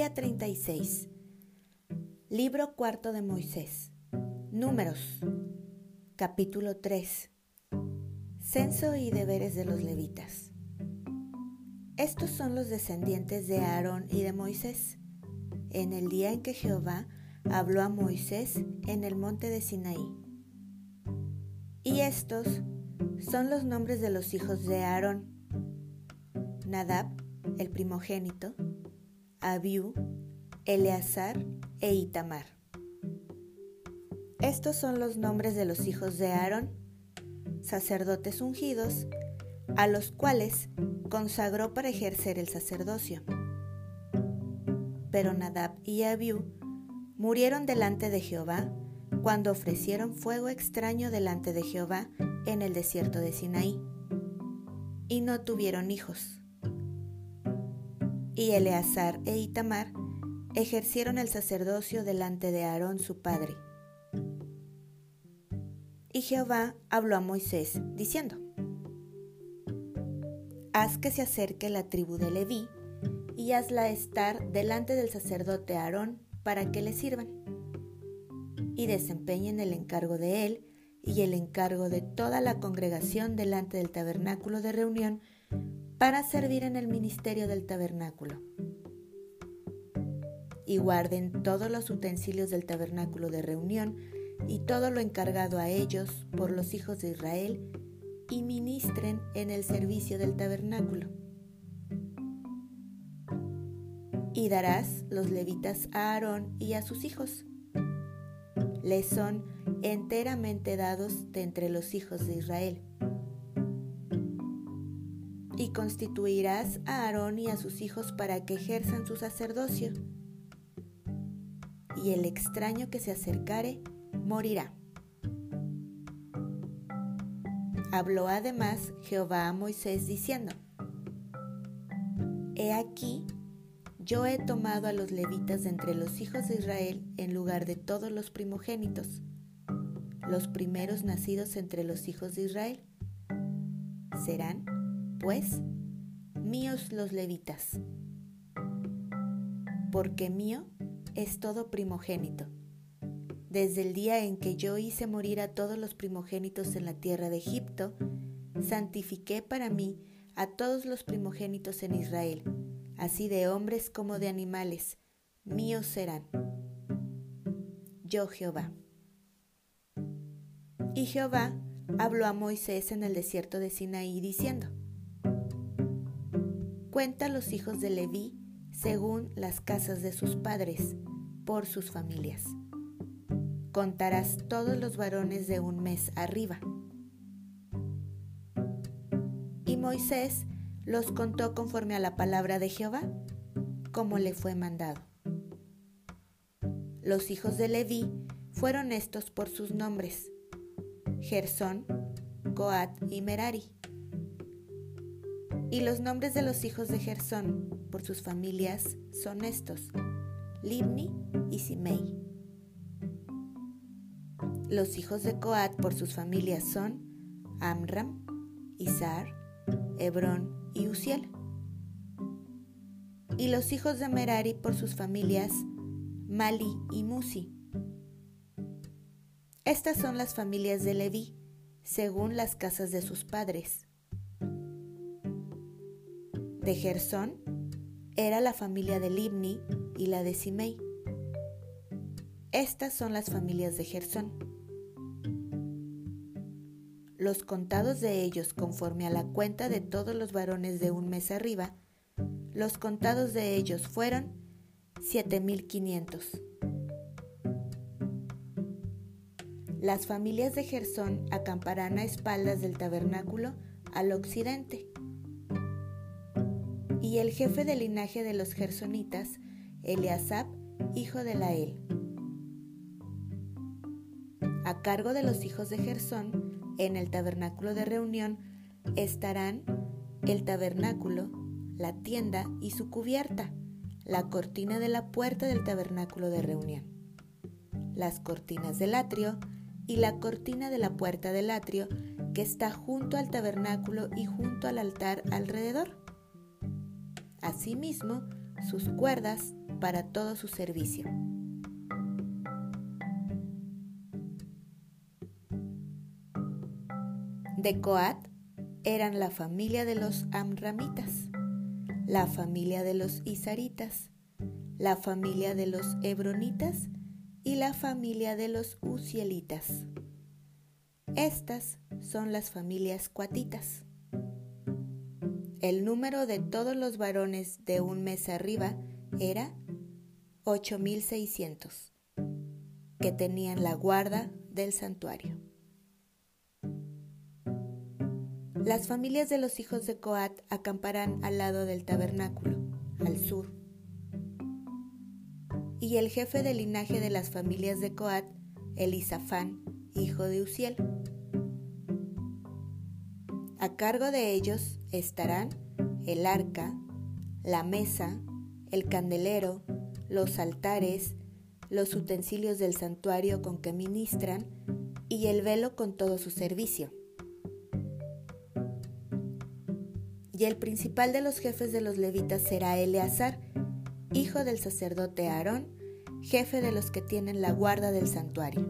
Día 36. Libro cuarto de Moisés. Números. Capítulo 3. Censo y deberes de los levitas. Estos son los descendientes de Aarón y de Moisés, en el día en que Jehová habló a Moisés en el monte de Sinaí. Y estos son los nombres de los hijos de Aarón: Nadab, el primogénito, Abiú, Eleazar e Itamar. Estos son los nombres de los hijos de Aarón, sacerdotes ungidos, a los cuales consagró para ejercer el sacerdocio. Pero Nadab y Abiú murieron delante de Jehová cuando ofrecieron fuego extraño delante de Jehová en el desierto de Sinaí, y no tuvieron hijos. Y Eleazar e Itamar ejercieron el sacerdocio delante de Aarón su padre. Y Jehová habló a Moisés, diciendo: Haz que se acerque la tribu de Leví, y hazla estar delante del sacerdote Aarón para que le sirvan, y desempeñen el encargo de él y el encargo de toda la congregación delante del tabernáculo de reunión, para servir en el ministerio del tabernáculo. Y guarden todos los utensilios del tabernáculo de reunión y todo lo encargado a ellos por los hijos de Israel, y ministren en el servicio del tabernáculo. Y darás los levitas a Aarón y a sus hijos. Les son enteramente dados de entre los hijos de Israel. Y constituirás a Aarón y a sus hijos para que ejerzan su sacerdocio. Y el extraño que se acercare morirá. Habló además Jehová a Moisés diciendo: He aquí, yo he tomado a los levitas de entre los hijos de Israel en lugar de todos los primogénitos, los primeros nacidos entre los hijos de Israel. Serán, pues, míos los levitas, porque mío es todo primogénito. Desde el día en que yo hice morir a todos los primogénitos en la tierra de Egipto, santifiqué para mí a todos los primogénitos en Israel, así de hombres como de animales, míos serán. Yo Jehová. Y Jehová habló a Moisés en el desierto de Sinaí diciendo: Cuenta los hijos de Leví según las casas de sus padres, por sus familias. Contarás todos los varones de un mes arriba. Y Moisés los contó conforme a la palabra de Jehová, como le fue mandado. Los hijos de Leví fueron estos por sus nombres: Gersón, Coat y Merari. Y los nombres de los hijos de Gersón por sus familias son estos: Libni y Simei. Los hijos de Coat por sus familias son Amram, Izhar, Hebrón y Uziel. Y los hijos de Merari por sus familias Mali y Musi. Estas son las familias de Leví, según las casas de sus padres. De Gersón era la familia de Libni y la de Simei. Estas son las familias de Gersón. Los contados de ellos conforme a la cuenta de todos los varones de un mes arriba, los contados de ellos fueron 7,500. Las familias de Gersón acamparán a espaldas del tabernáculo al occidente. Y el jefe del linaje de los gersonitas, Eliasab, hijo de Lael. A cargo de los hijos de Gersón, en el tabernáculo de reunión estarán el tabernáculo, la tienda y su cubierta, la cortina de la puerta del tabernáculo de reunión, las cortinas del atrio y la cortina de la puerta del atrio que está junto al tabernáculo y junto al altar alrededor. Asimismo, sus cuerdas para todo su servicio. De Coat eran la familia de los amramitas, la familia de los isaritas, la familia de los hebronitas y la familia de los uzielitas. Estas son las familias coatitas. El número de todos los varones de un mes arriba era 8,600, que tenían la guarda del santuario. Las familias de los hijos de Coat acamparán al lado del tabernáculo, al sur. Y el jefe del linaje de las familias de Coat, Elisafán, hijo de Uziel. A cargo de ellos estarán el arca, la mesa, el candelero, los altares, los utensilios del santuario con que ministran y el velo con todo su servicio. Y el principal de los jefes de los levitas será Eleazar, hijo del sacerdote Aarón, jefe de los que tienen la guarda del santuario.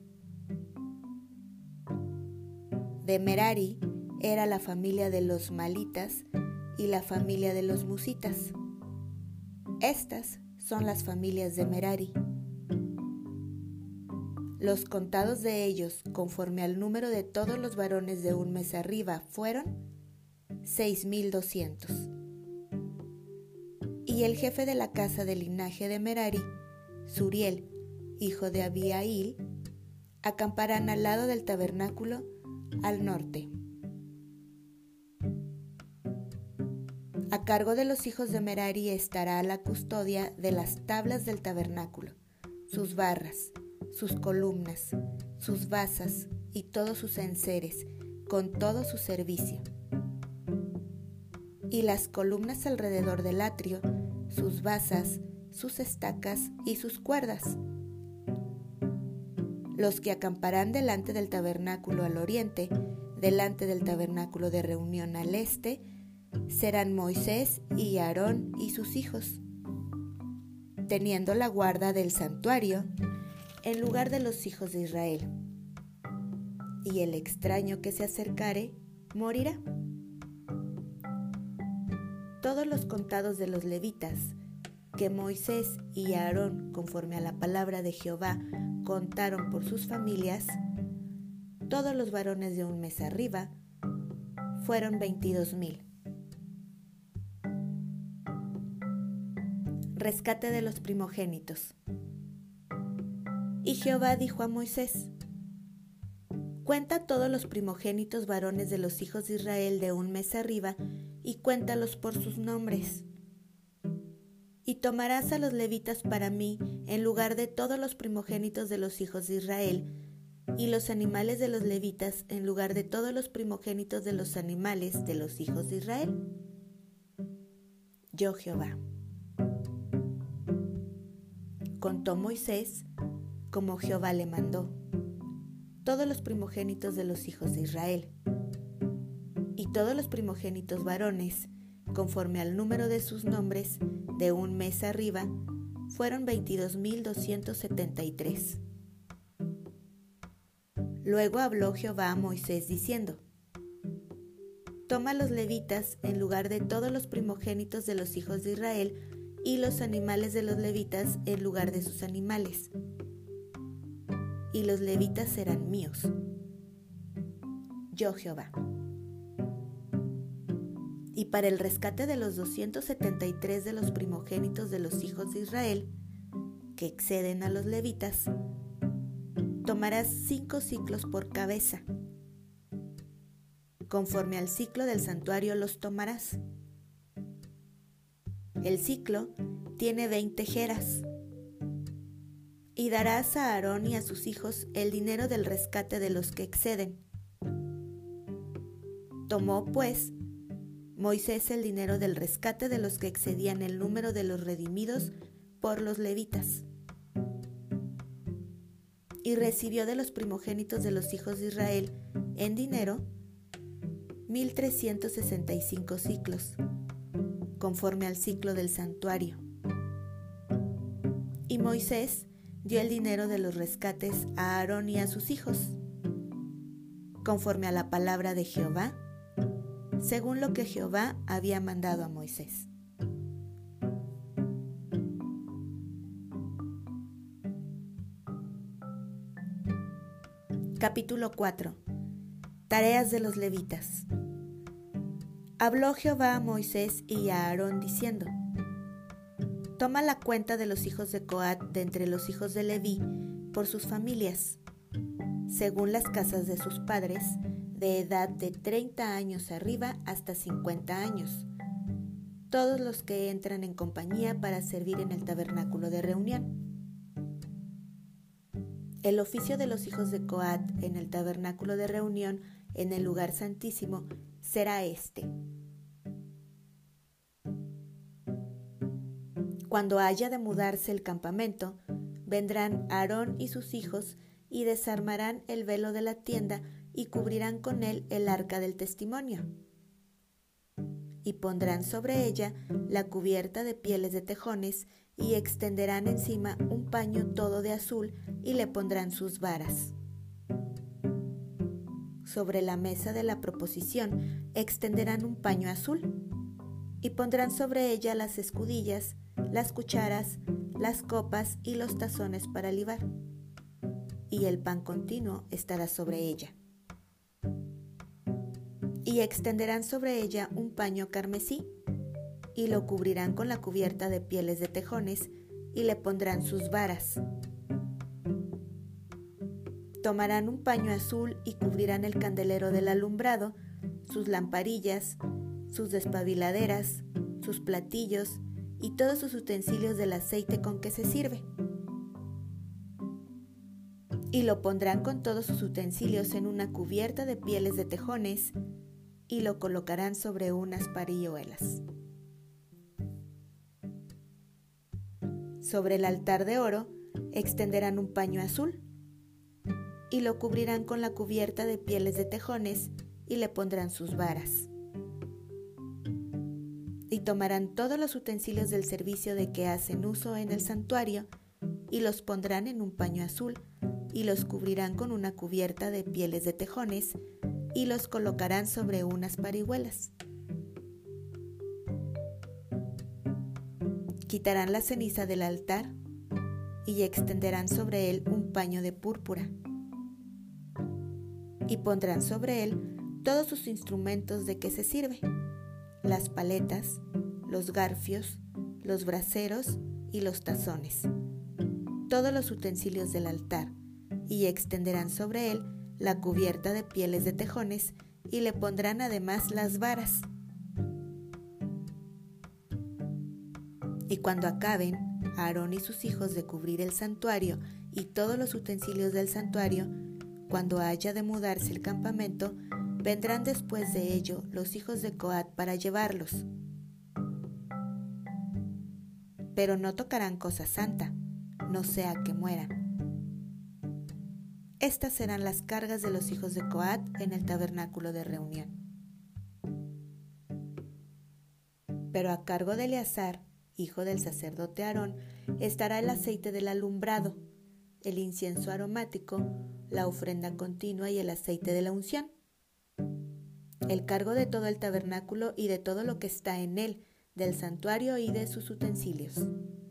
De Merari era la familia de los malitas y la familia de los musitas. Estas son las familias de Merari. Los contados de ellos, conforme al número de todos los varones de un mes arriba, fueron 6,200. Y el jefe de la casa del linaje de Merari, Suriel, hijo de Abihail, acamparán al lado del tabernáculo al norte. A cargo de los hijos de Merari estará la custodia de las tablas del tabernáculo, sus barras, sus columnas, sus basas y todos sus enseres, con todo su servicio. Y las columnas alrededor del atrio, sus basas, sus estacas y sus cuerdas. Los que acamparán delante del tabernáculo al oriente, delante del tabernáculo de reunión al este, serán Moisés y Aarón y sus hijos, teniendo la guarda del santuario en lugar de los hijos de Israel. Y el extraño que se acercare morirá. Todos los contados de los levitas, que Moisés y Aarón, conforme a la palabra de Jehová, contaron por sus familias, todos los varones de un mes arriba, fueron 22,000. Rescate de los primogénitos. Y Jehová dijo a Moisés: cuenta todos los primogénitos varones de los hijos de Israel de un mes arriba y cuéntalos por sus nombres. Y tomarás a los levitas para mí en lugar de todos los primogénitos de los hijos de Israel, y los animales de los levitas en lugar de todos los primogénitos de los animales de los hijos de Israel. Yo Jehová. Contó Moisés, como Jehová le mandó, todos los primogénitos de los hijos de Israel. Y todos los primogénitos varones, conforme al número de sus nombres, de un mes arriba, fueron 22,273. Luego habló Jehová a Moisés diciendo: toma los levitas en lugar de todos los primogénitos de los hijos de Israel, y los animales de los levitas en lugar de sus animales. Y los levitas serán míos. Yo Jehová. Y para el rescate de los 273 de los primogénitos de los hijos de Israel, que exceden a los levitas, tomarás 5 siclos por cabeza. Conforme al ciclo del santuario los tomarás. El ciclo tiene 20 jeras. Y darás a Aarón y a sus hijos el dinero del rescate de los que exceden. Tomó, pues, Moisés el dinero del rescate de los que excedían el número de los redimidos por los levitas. Y recibió de los primogénitos de los hijos de Israel en dinero 1,365 siclos, conforme al ciclo del santuario. Y Moisés dio el dinero de los rescates a Aarón y a sus hijos, conforme a la palabra de Jehová, según lo que Jehová había mandado a Moisés. Capítulo 4. Tareas de los levitas. Habló Jehová a Moisés y a Aarón diciendo: Toma la cuenta de los hijos de Coat de entre los hijos de Leví por sus familias, según las casas de sus padres, de edad de 30 años arriba hasta 50 años, todos los que entran en compañía para servir en el tabernáculo de reunión. El oficio de los hijos de Coat en el tabernáculo de reunión en el lugar santísimo será este: cuando haya de mudarse el campamento, vendrán Aarón y sus hijos y desarmarán el velo de la tienda y cubrirán con él el arca del testimonio. Y pondrán sobre ella la cubierta de pieles de tejones y extenderán encima un paño todo de azul y le pondrán sus varas. Sobre la mesa de la proposición extenderán un paño azul y pondrán sobre ella las escudillas, las cucharas, las copas y los tazones para libar, y el pan continuo estará sobre ella. Y extenderán sobre ella un paño carmesí, y lo cubrirán con la cubierta de pieles de tejones, y le pondrán sus varas. Tomarán un paño azul y cubrirán el candelero del alumbrado, sus lamparillas, sus despabiladeras, sus platillos y todos sus utensilios del aceite con que se sirve. Y lo pondrán con todos sus utensilios en una cubierta de pieles de tejones y lo colocarán sobre unas parilluelas. Sobre el altar de oro extenderán un paño azul y lo cubrirán con la cubierta de pieles de tejones y le pondrán sus varas. Y tomarán todos los utensilios del servicio de que hacen uso en el santuario y los pondrán en un paño azul y los cubrirán con una cubierta de pieles de tejones y los colocarán sobre unas parihuelas. Quitarán la ceniza del altar y extenderán sobre él un paño de púrpura y pondrán sobre él todos sus instrumentos de que se sirve: las paletas, los garfios, los braseros y los tazones, todos los utensilios del altar, y extenderán sobre él la cubierta de pieles de tejones y le pondrán además las varas. Y cuando acaben Aarón y sus hijos de cubrir el santuario y todos los utensilios del santuario, cuando haya de mudarse el campamento, vendrán después de ello los hijos de Coat para llevarlos. Pero no tocarán cosa santa, no sea que mueran. Estas serán las cargas de los hijos de Coat en el tabernáculo de reunión. Pero a cargo de Eleazar, hijo del sacerdote Aarón, estará el aceite del alumbrado, el incienso aromático, la ofrenda continua y el aceite de la unción. El cargo de todo el tabernáculo y de todo lo que está en él, del santuario y de sus utensilios.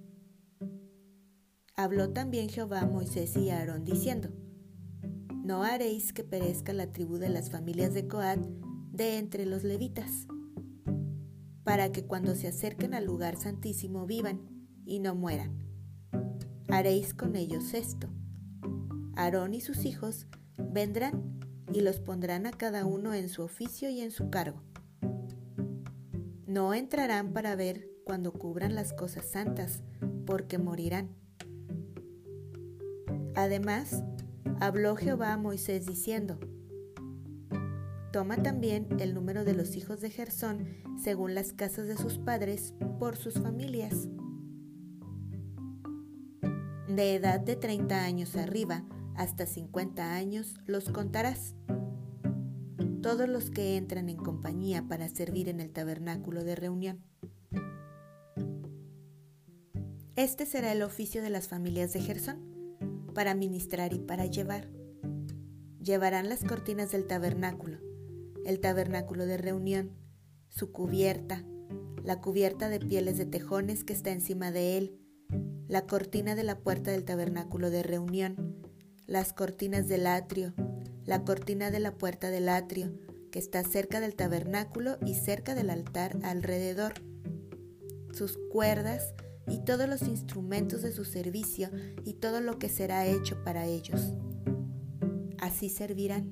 Habló también Jehová a Moisés y a Aarón diciendo: No haréis que perezca la tribu de las familias de Coat de entre los levitas, para que cuando se acerquen al lugar santísimo vivan y no mueran. Haréis con ellos esto: Aarón y sus hijos vendrán y los pondrán a cada uno en su oficio y en su cargo. No entrarán para ver cuando cubran las cosas santas, porque morirán. Además, habló Jehová a Moisés diciendo: Toma también el número de los hijos de Gersón según las casas de sus padres por sus familias. De edad de 30 años arriba hasta 50 años los contarás. Todos los que entran en compañía para servir en el tabernáculo de reunión. Este será el oficio de las familias de Gersón, para ministrar y para llevar. Llevarán las cortinas del tabernáculo, el tabernáculo de reunión, su cubierta, la cubierta de pieles de tejones que está encima de él, la cortina de la puerta del tabernáculo de reunión, las cortinas del atrio, la cortina de la puerta del atrio, que está cerca del tabernáculo y cerca del altar alrededor, sus cuerdas y todos los instrumentos de su servicio y todo lo que será hecho para ellos. Así servirán.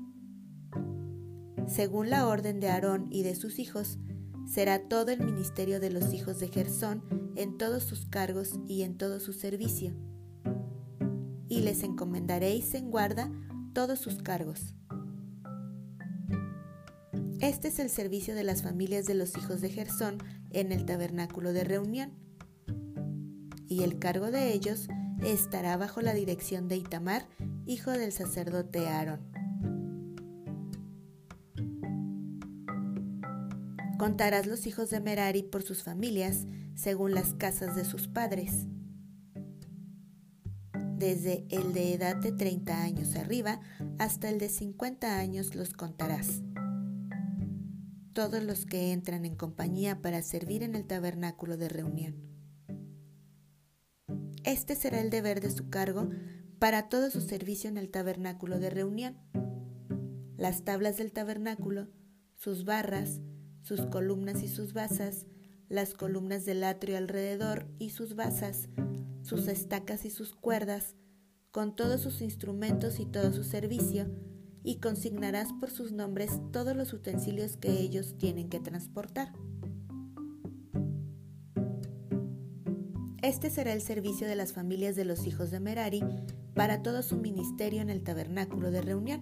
Según la orden de Aarón y de sus hijos, será todo el ministerio de los hijos de Gersón en todos sus cargos y en todo su servicio. Y les encomendaréis en guarda todos sus cargos. Este es el servicio de las familias de los hijos de Gersón en el tabernáculo de reunión. Y el cargo de ellos estará bajo la dirección de Itamar, hijo del sacerdote Aarón. Contarás los hijos de Merari por sus familias, según las casas de sus padres. Desde el de edad de 30 años arriba hasta el de 50 años los contarás. Todos los que entran en compañía para servir en el tabernáculo de reunión. Este será el deber de su cargo para todo su servicio en el tabernáculo de reunión. Las tablas del tabernáculo, sus barras, sus columnas y sus basas, las columnas del atrio alrededor y sus basas, sus estacas y sus cuerdas, con todos sus instrumentos y todo su servicio, y consignarás por sus nombres todos los utensilios que ellos tienen que transportar. Este será el servicio de las familias de los hijos de Merari para todo su ministerio en el tabernáculo de reunión,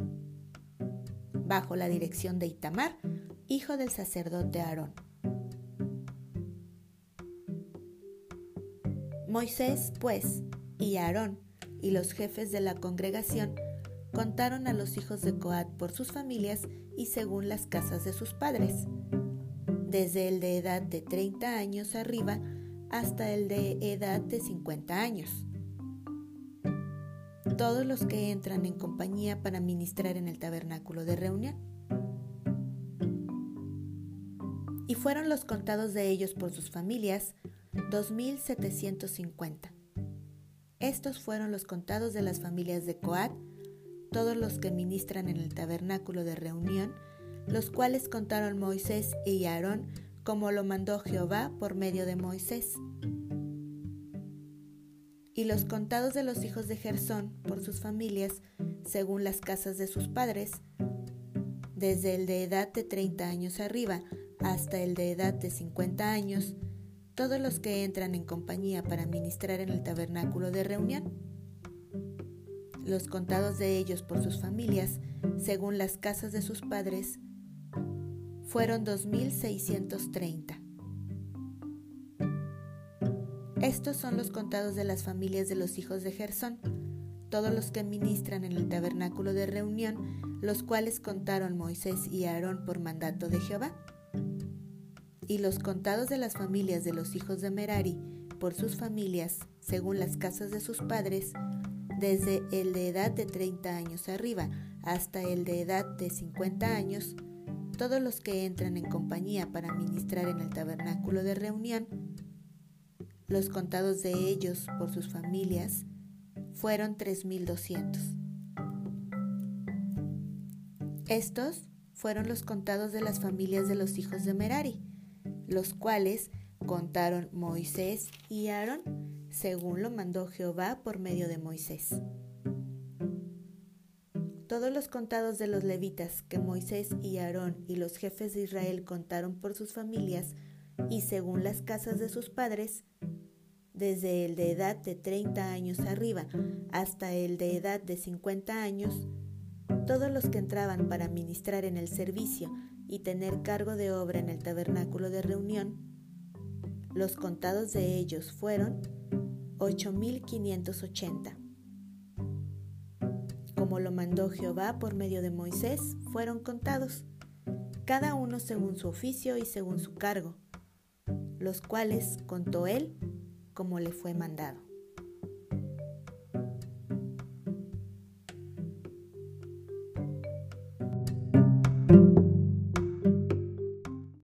bajo la dirección de Itamar, hijo del sacerdote Aarón. Moisés, pues, y Aarón, y los jefes de la congregación, contaron a los hijos de Coat por sus familias y según las casas de sus padres, desde el de edad de 30 años arriba hasta el de edad de 50 años. Todos los que entran en compañía para ministrar en el tabernáculo de reunión. Y fueron los contados de ellos por sus familias, 2,750. Estos fueron los contados de las familias de Coat, todos los que ministran en el tabernáculo de reunión, los cuales contaron Moisés y Aarón como lo mandó Jehová por medio de Moisés. Y los contados de los hijos de Gersón por sus familias, según las casas de sus padres, desde el de edad de 30 años arriba hasta el de edad de 50 años, todos los que entran en compañía para ministrar en el tabernáculo de reunión. Los contados de ellos por sus familias, según las casas de sus padres, fueron 2,630. Estos son los contados de las familias de los hijos de Gersón, todos los que ministran en el tabernáculo de reunión, los cuales contaron Moisés y Aarón por mandato de Jehová. Y los contados de las familias de los hijos de Merari por sus familias, según las casas de sus padres, desde el de edad de 30 años arriba hasta el de edad de 50 años, todos los que entran en compañía para ministrar en el tabernáculo de reunión, los contados de ellos por sus familias fueron 3,200. Estos fueron los contados de las familias de los hijos de Merari, los cuales contaron Moisés y Aarón, según lo mandó Jehová por medio de Moisés. Todos los contados de los levitas que Moisés y Aarón y los jefes de Israel contaron por sus familias y según las casas de sus padres, desde el de edad de 30 años arriba hasta el de edad de 50 años, todos los que entraban para ministrar en el servicio y tener cargo de obra en el tabernáculo de reunión, los contados de ellos fueron 8,580. Como lo mandó Jehová por medio de Moisés, fueron contados, cada uno según su oficio y según su cargo, los cuales contó él como le fue mandado.